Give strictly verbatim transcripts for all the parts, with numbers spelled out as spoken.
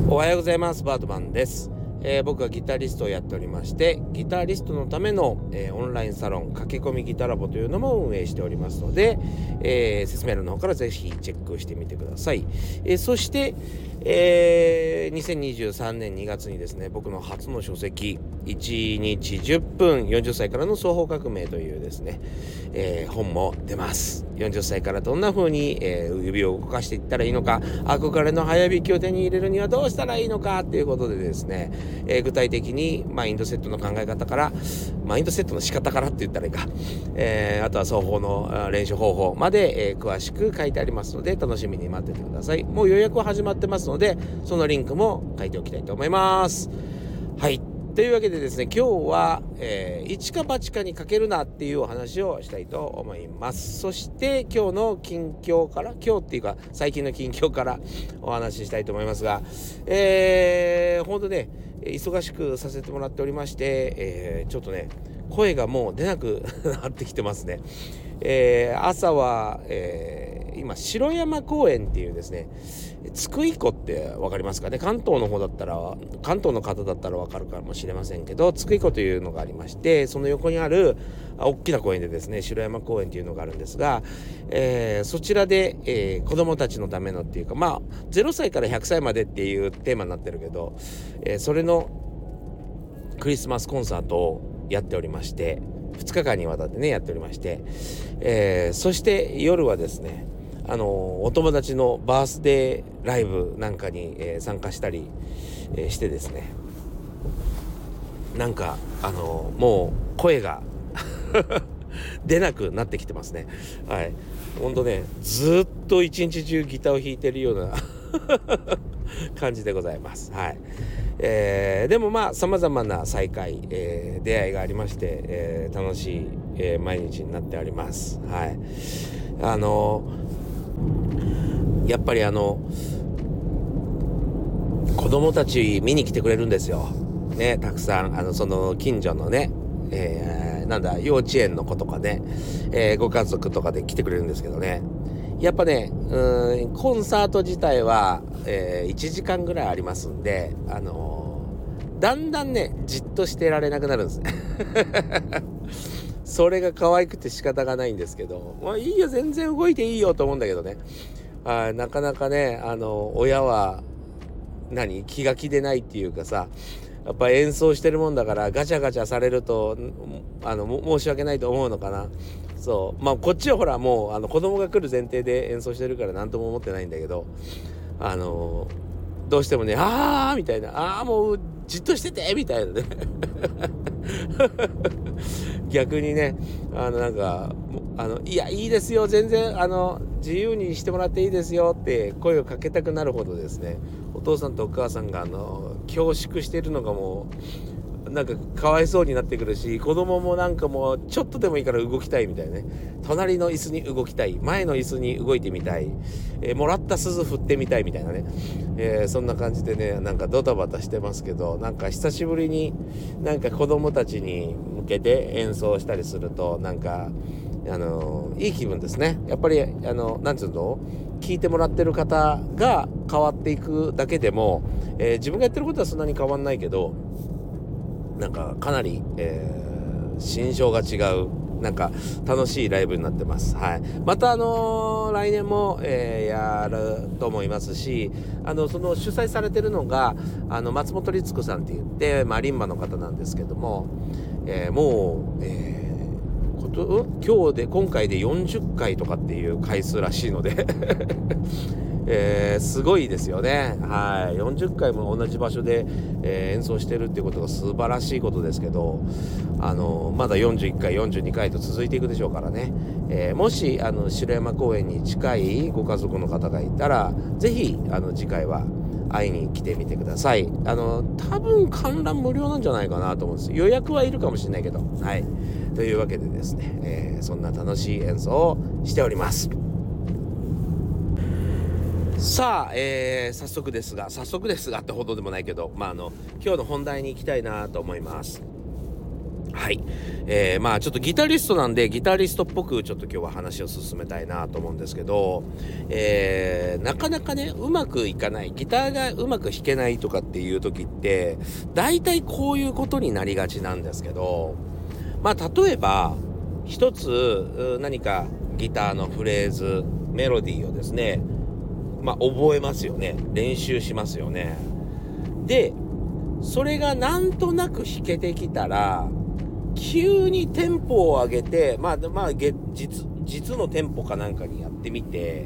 おはようございます。バートマンです。えー、僕はギタリストをやっておりまして、ギタリストのための、えー、オンラインサロン駆け込みギタラボというのも運営しておりますので、えー、説明欄の方からぜひチェックしてみてください。えー、そして、えー、にせんにじゅうさんねんにがつにですね、僕の初の書籍いちにちじゅっぷんよんじゅっさいからの双方革命というですね、えー、本も出ます。よんじゅっさいからどんな風に、えー、指を動かしていったらいいのか、憧れの早弾きを手に入れるにはどうしたらいいのかっていうことでですね、えー、具体的にマインドセットの考え方からマインドセットの仕方からって言ったらいいか、えー、あとは双方の練習方法まで、えー、詳しく書いてありますので楽しみに待っててください。もう予約は始まってますので、そのリンクも書いておきたいと思います。はい、というわけでですね、今日は、えー、一か八かにかけるなっていうお話をしたいと思います。そして今日の近況から今日っていうか最近の近況からお話ししたいと思いますが、えー、ほんとね忙しくさせてもらっておりまして、えー、ちょっとね声がもう出なくなってきてますね。えー、朝は、えー、今城山公園っていうですね、津久井湖ってわかりますかね。関東の方だったら関東の方だったらわかるかもしれませんけど、津久井湖というのがありまして、その横にある大きな公園でですね、城山公園っていうのがあるんですが、えー、そちらで、えー、子供たちのためのっていうか、まあゼロさいからひゃくさいまでっていうテーマになってるけど、えー、それのクリスマスコンサートをやっておりまして、ふつかかんにわたってねやっておりまして、えー、そして夜はですね、あのお友達のバースデーライブなんかに、えー、参加したり、えー、してですね、なんかあのもう声が出なくなってきてますね。はい、ほんとねずっと一日中ギターを弾いてるような感じでございます。はい、えー、でもまあ様々な再会、えー、出会いがありまして、えー、楽しい、えー、毎日になっております。はい、あのやっぱりあの子供たち見に来てくれるんですよね。たくさんあのその近所のね、えー、なんだ幼稚園の子とかね、えー、ご家族とかで来てくれるんですけどね、やっぱねうーんコンサート自体は、えー、いちじかんぐらいありますんで、あのー、だんだんねじっとしてられなくなるんですねそれが可愛くて仕方がないんですけど、まあいいよ全然動いていいよと思うんだけどね、あなかなかねあの親は何気が気でないっていうかさ、やっぱ演奏してるもんだからガチャガチャされるとあの申し訳ないと思うのかな。そうまあこっちはほらもうあの子供が来る前提で演奏してるから何とも思ってないんだけど、あのどうしてもねあーみたいな、あーもうじっとしててみたいなね逆にねあのなんかあのいやいいですよ全然あの自由にしてもらっていいですよって声をかけたくなるほどですね、お父さんとお母さんがあの恐縮しているのがもうなんかかわいそうになってくるし、子供もなんかもうちょっとでもいいから動きたいみたいなね、隣の椅子に動きたい、前の椅子に動いてみたい、えー、もらった鈴振ってみたいみたいなね、えー、そんな感じでねなんかドタバタしてますけど、なんか久しぶりになんか子供たちに向けて演奏したりするとなんかあのいい気分ですね。やっぱりあのなんていうの、聞いてもらってる方が変わっていくだけでも、えー、自分がやってることはそんなに変わんないけど、なんかかなり、えー、心象が違うなんか楽しいライブになってます。はい、またあのー、来年も、えー、やると思いますし、あのその主催されてるのがあの松本律子さんって言ってマリンバの方なんですけども、えー、もう、えーこと今日で今回でよんじゅっかいとかっていう回数らしいのでえー、すごいですよね。はい、よんじゅっかいも同じ場所で、えー、演奏してるっていうことが素晴らしいことですけど、あのまだよんじゅういっかいよんじゅうにかいと続いていくでしょうからね、えー、もしあの城山公園に近いご家族の方がいたらぜひあの次回は会いに来てみてください。あの多分観覧無料なんじゃないかなと思うんです。予約はいるかもしれないけど、はい、というわけでですね、えー、そんな楽しい演奏をしております。さあ、えー、早速ですが早速ですがってほどでもないけど、まああの今日の本題に行きたいなと思います。 はい、えー、まあちょっとギタリストなんでギタリストっぽくちょっと今日は話を進めたいなと思うんですけど、えー、なかなかねうまくいかない、ギターがうまく弾けないとかっていう時って大体こういうことになりがちなんですけど、まあ例えば一つ何かギターのフレーズメロディーをですね、まあ覚えますよね、練習しますよね。でそれがなんとなく弾けてきたら急にテンポを上げて、まあまあ実実のテンポかなんかにやってみて、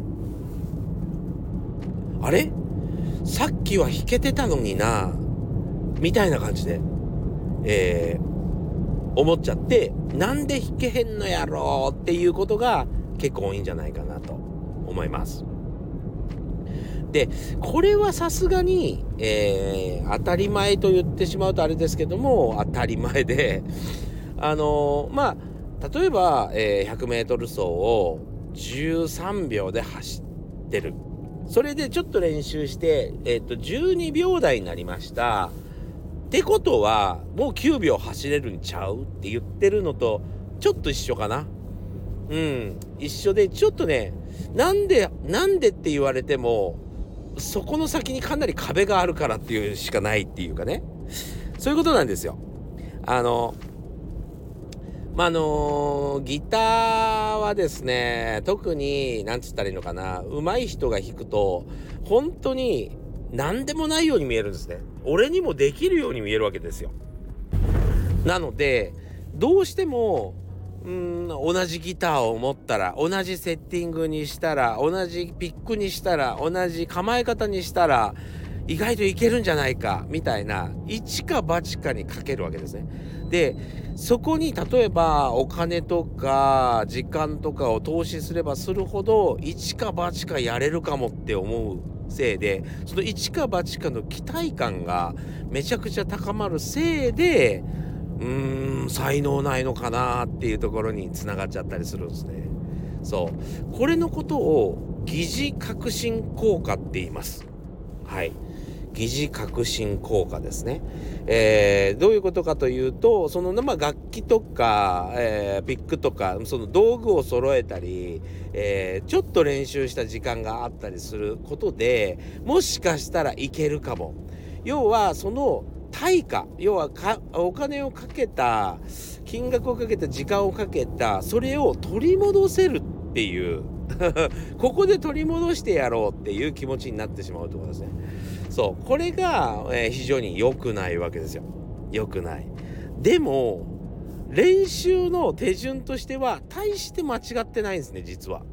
あれさっきは弾けてたのになみたいな感じで、えー、思っちゃって、なんで弾けへんのやろうっていうことが結構多いんじゃないかなと思います。でこれはさすがに、えー、当たり前と言ってしまうとあれですけども当たり前であのー、まあ例えば、えー、ひゃくメートル走をじゅうさんびょうで走ってる、それでちょっと練習して、えー、とじゅうにびょう台になりましたってことはもうきゅうびょう走れるんちゃうって言ってるのとちょっと一緒かな。うん一緒で、ちょっとねなんでなんでって言われてもそこの先にかなり壁があるからっていうしかないっていうかね、そういうことなんですよ。あのまあ、あのギターはですね、特になんつったらいいのかな、上手い人が弾くと本当に何でもないように見えるんですね。俺にもできるように見えるわけですよ。なのでどうしてもうーん同じギターを持ったら、同じセッティングにしたら、同じピックにしたら、同じ構え方にしたら意外といけるんじゃないかみたいな一か八かにかけるわけですね。でそこに例えばお金とか時間とかを投資すればするほど一か八かやれるかもって思うせいで、その一か八かの期待感がめちゃくちゃ高まるせいでうーん才能ないのかなっていうところにつながっちゃったりするんですね。そうこれのことを疑似革新効果って言います。はい、疑似革新効果ですね。えー、どういうことかというと、その、まあ、楽器とか、えー、ピックとかその道具を揃えたり、えー、ちょっと練習した時間があったりすることでもしかしたらいけるかも。要はその対価、要はかお金をかけた金額をかけた時間をかけたそれを取り戻せるっていうここで取り戻してやろうっていう気持ちになってしまうところですね。そうこれが、えー、非常に良くないわけですよ。良くない。でも練習の手順としては大して間違ってないんですね。実は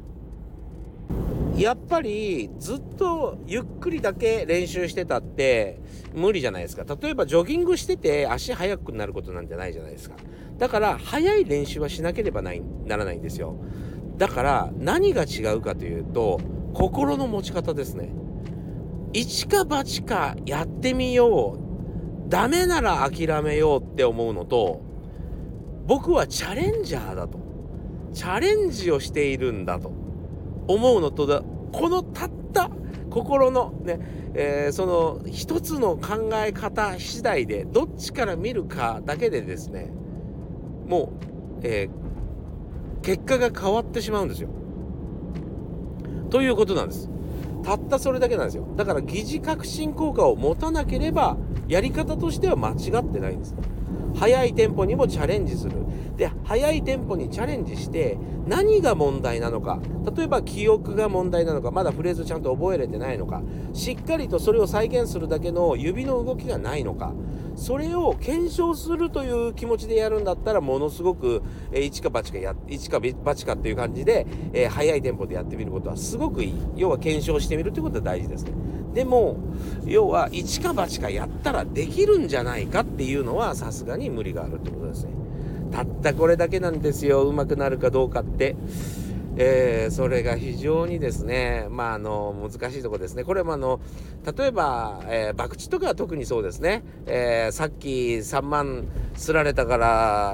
やっぱりずっとゆっくりだけ練習してたって無理じゃないですか。例えばジョギングしてて足速くなることなんてないじゃないですか。だから速い練習はしなければないならないんですよ。だから何が違うかというと心の持ち方ですね。一か八かやってみよう、ダメなら諦めようって思うのと、僕はチャレンジャーだと、チャレンジをしているんだと思うのとだ、このたった心のね、えー、その一つの考え方次第でどっちから見るかだけでですね、もう、えー、結果が変わってしまうんですよ。ということなんです。たったそれだけなんですよ。だから疑似革新効果を持たなければやり方としては間違ってないんです。速いテンポにもチャレンジする。で速いテンポにチャレンジして何が問題なのか、例えば記憶が問題なのか、まだフレーズちゃんと覚えれてないのか、しっかりとそれを再現するだけの指の動きがないのか、それを検証するという気持ちでやるんだったらものすごく、えー、一か八かや一か八かっていう感じで、えー、速いテンポでやってみることはすごくいい。要は検証してみるということは大事ですね。でも要は一か八かやったらできるんじゃないかっていうのはさすがに無理があるってことですね。たったこれだけなんですよ、上手くなるかどうかって。えー、それが非常にですね、まあ、あの難しいところですね。これもあの例えば、えー、博打とかは特にそうですね、えー、さっきさんまんすられたから、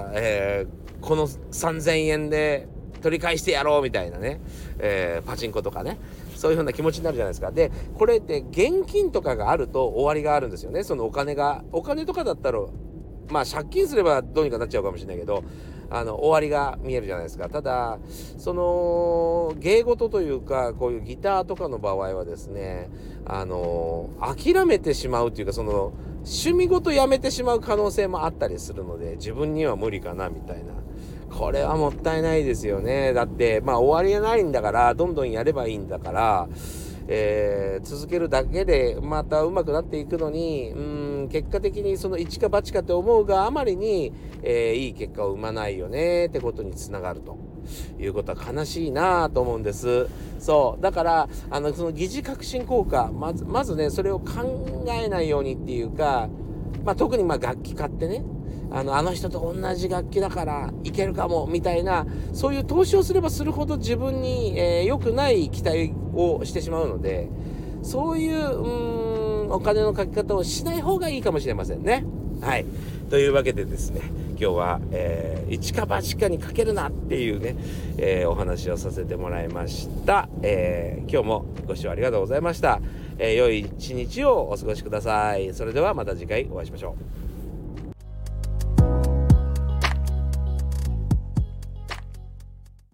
えー、このさんぜんえんで取り返してやろうみたいなね、えー、パチンコとかね、そういう風な気持ちになるじゃないですか。でこれって現金とかがあると終わりがあるんですよね。そのお金がお金とかだったらまあ借金すればどうにかなっちゃうかもしれないけど、あの終わりが見えるじゃないですか。ただその芸事というかこういうギターとかの場合はですね、あの諦めてしまうというか、その趣味ごとやめてしまう可能性もあったりするので、自分には無理かなみたいな。これはもったいないですよね。だってまあ終わりがないんだから、どんどんやればいいんだから、えー、続けるだけでまた上手くなっていくのに、うーん結果的にその一か八かって思うがあまりに、えー、いい結果を生まないよねってことにつながるということは悲しいなと思うんです。そうだからあのその疑似革新効果、まずまずねそれを考えないようにっていうか、まあ、特にまあ楽器買ってね、あのあの人と同じ楽器だからいけるかもみたいな、そういう投資をすればするほど自分に、えー、良くない期待をしてしまうので、そういう、うーんお金のかけ方をしない方がいいかもしれませんね。はい、というわけでですね、今日は、えー、一か八かにかけるなっていうね、えー、お話をさせてもらいました。えー、今日もご視聴ありがとうございました。えー、良い一日をお過ごしください。それではまた次回お会いしましょう。